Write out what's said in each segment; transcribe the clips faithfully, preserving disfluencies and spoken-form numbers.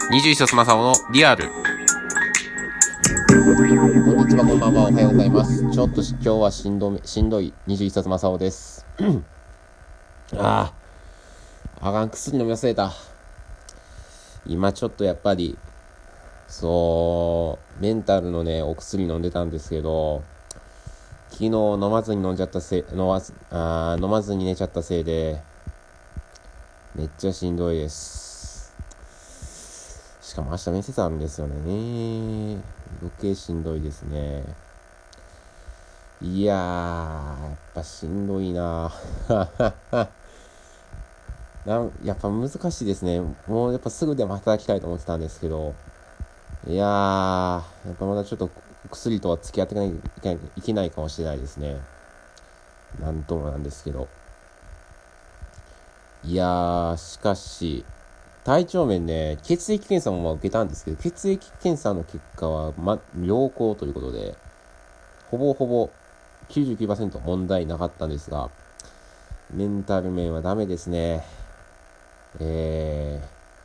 にじゅういっさつ正雄のリアル。 こんにちは、こんばんは、おはようございます。ちょっと今日はしんどめしんどいにじゅういっさつ正雄です。ああ、あかん、薬飲み忘れた。今ちょっとやっぱりそうメンタルのねお薬飲んでたんですけど、昨日飲まずに飲んじゃったせい飲まずあ飲まずに寝ちゃったせいでめっちゃしんどいです。しかも明日面接あるんですよね。余計しんどいですね。いやー、やっぱしんどいななんやっぱ難しいですね。もうやっぱすぐでも働きたいと思ってたんですけど、いやー、やっぱまだちょっと薬とは付き合っていかないといけないかもしれないですね。なんともなんですけど。いやー、しかし、体調面ね、血液検査もまあ受けたんですけど、血液検査の結果は、ま、良好ということで、ほぼほぼ きゅうじゅうきゅうパーセント 問題なかったんですが、メンタル面はダメですね。え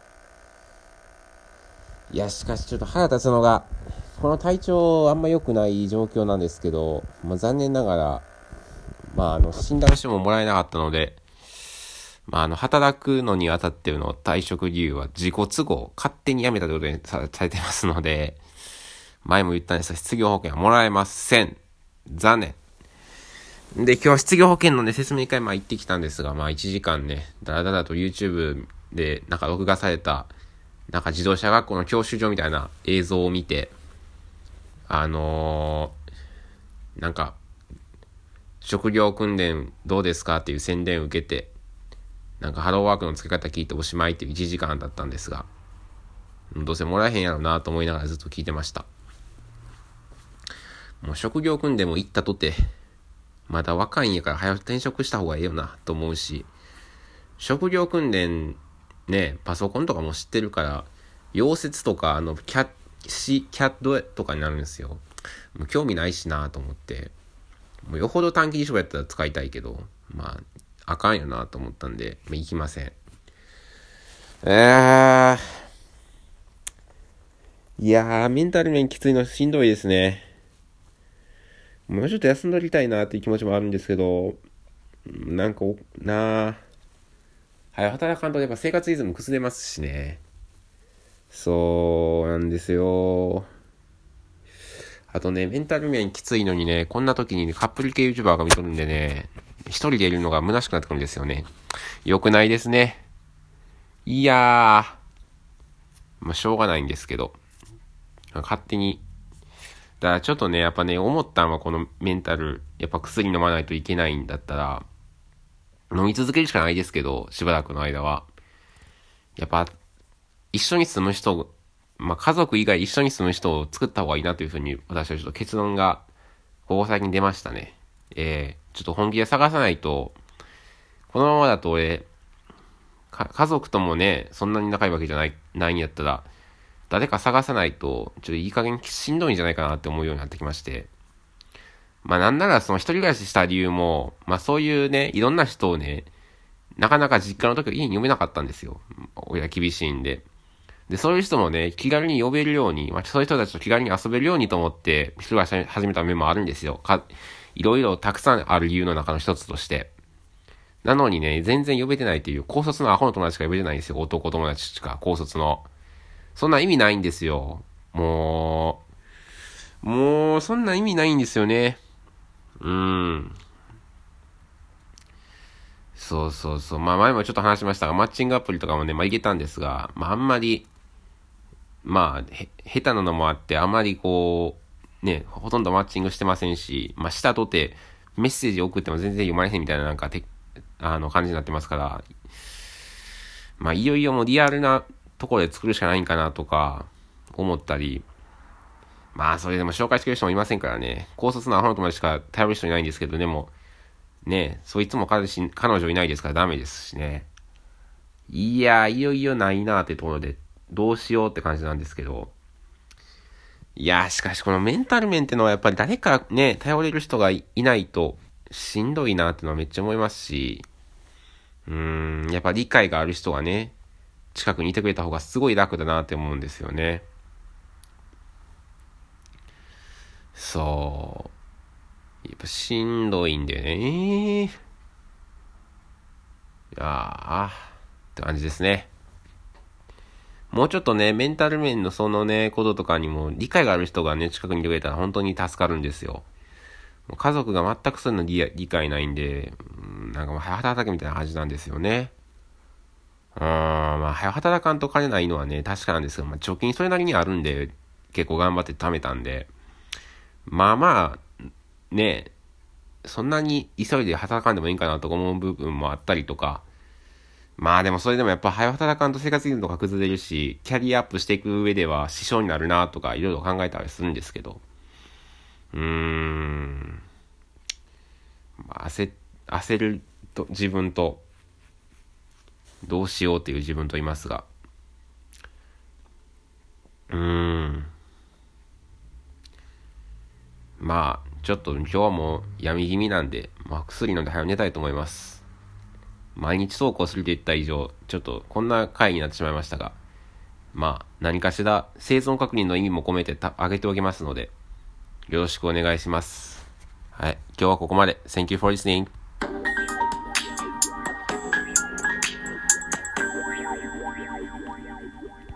ー、いや、しかしちょっと腹立つのが、この体調あんま良くない状況なんですけど、まあ、残念ながら、まあ、あの、診断書ももらえなかったので、まあ、あの、働くのにあたっての退職理由は自己都合、勝手に辞めたということにさ、されてますので、前も言ったんですが、失業保険はもらえません。残念。で、今日は失業保険のね、説明会まあ行ってきたんですが、まあいちじかんね、だらだらと YouTube でなんか録画された、なんか自動車学校の教習所みたいな映像を見て、あのー、なんか、職業訓練どうですかっていう宣伝を受けて、なんかハローワークの付け方聞いておしまいっていういちじかんだったんですが、どうせもらえへんやろうなと思いながらずっと聞いてました。もう職業訓練も行ったとて、まだ若いんやから早く転職した方がいいよなと思うし、職業訓練ね、パソコンとかも知ってるから、溶接とかあのキャシキャッドとかになるんですよ。もう興味ないしなと思って、もうよほど短期辞書やったら使いたいけど、まああかんよなと思ったんで、まあ、行きません。えー、いやーメンタル面きついのしんどいですね。もうちょっと休んどりたいなっていう気持ちもあるんですけど、なんかなあ、はい、働かんとやっぱ生活リズム崩れますしね。そうなんですよ。あとね、メンタル面きついのにね、こんな時に、ね、カップル系 YouTuber が見とるんでね、一人でいるのが虚しくなってくるんですよね。良くないですね。いやー、まあしょうがないんですけど、勝手に。だからちょっとね、やっぱね、思ったのはこのメンタル、やっぱ薬飲まないといけないんだったら、飲み続けるしかないですけど、しばらくの間は。やっぱ、一緒に住む人、まあ、家族以外一緒に住む人を作った方がいいなというふうに、私はちょっと結論が、ここ最近出ましたね。えー、ちょっと本気で探さないと、このままだと俺、家族ともね、そんなに仲いいわけじゃない、ないんやったら、誰か探さないと、ちょっといい加減しんどいんじゃないかなって思うようになってきまして。まあなんならその一人暮らしした理由も、まあそういうね、いろんな人をね、なかなか実家の時は家に呼べなかったんですよ。親厳しいんで。で、そういう人もね、気軽に呼べるように、まあそういう人たちと気軽に遊べるようにと思って、一人暮らし始めた面もあるんですよ。か、いろいろたくさんある理由の中の一つとして。なのにね、全然呼べてないっていう、高卒のアホの友達しか呼べてないんですよ。男友達しか、高卒の。そんな意味ないんですよ。もう、もう、そんな意味ないんですよね。うーん。そうそうそう。まあ前もちょっと話しましたが、マッチングアプリとかもね、まあいけたんですが、まああんまり、まあ、へ、下手なのもあって、あんまりこう、ね、ほとんどマッチングしてませんし、まあしたとて、メッセージ送っても全然読まれへんみたいななんかて、あの感じになってますから、まあいよいよもうリアルなところで作るしかないんかなとか、思ったり、まあそれでも紹介してくれる人もいませんからね、高卒のアホの友達しか頼る人いないんですけど、でも、ね、そいつも彼氏、彼女いないですからダメですしね。いやー、いよいよないなーってところで、どうしようって感じなんですけど。いやー、しかしこのメンタル面ってのはやっぱり誰かね、頼れる人がいないとしんどいなってのはめっちゃ思いますし、うーん、やっぱ理解がある人がね、 近くにいてくれた方がすごい楽だなって思うんですよね。そう。やっぱしんどいんでね。いやー、って感じですね。もうちょっとね、メンタル面のそのね、こととかにも理解がある人がね、近くにいてくれたら本当に助かるんですよ。家族が全くそういうの理理解ないんで、なんかもう早働けみたいな感じなんですよね。うーん、まあ早働かんと金ないのはね、確かなんですけど、まあ貯金それなりにあるんで、結構頑張って貯めたんで、まあまあ、ね、そんなに急いで働かんでもいいかなと思う部分もあったりとか、まあでもそれでもやっぱ早働かんと生活リズムとか崩れるし、キャリアアップしていく上では支障になるなとかいろいろ考えたりするんですけど、うーん、焦、焦ると自分と、どうしようっていう自分といますが、うーん、まあ、ちょっと今日はもう病み気味なんで、まあ薬飲んで早く寝たいと思います。毎日投稿すると言った以上、ちょっとこんな回になってしまいましたが、まあ何かしら生存確認の意味も込めてた上げておきますので、よろしくお願いします。はい、今日はここまで。Thank you for listening.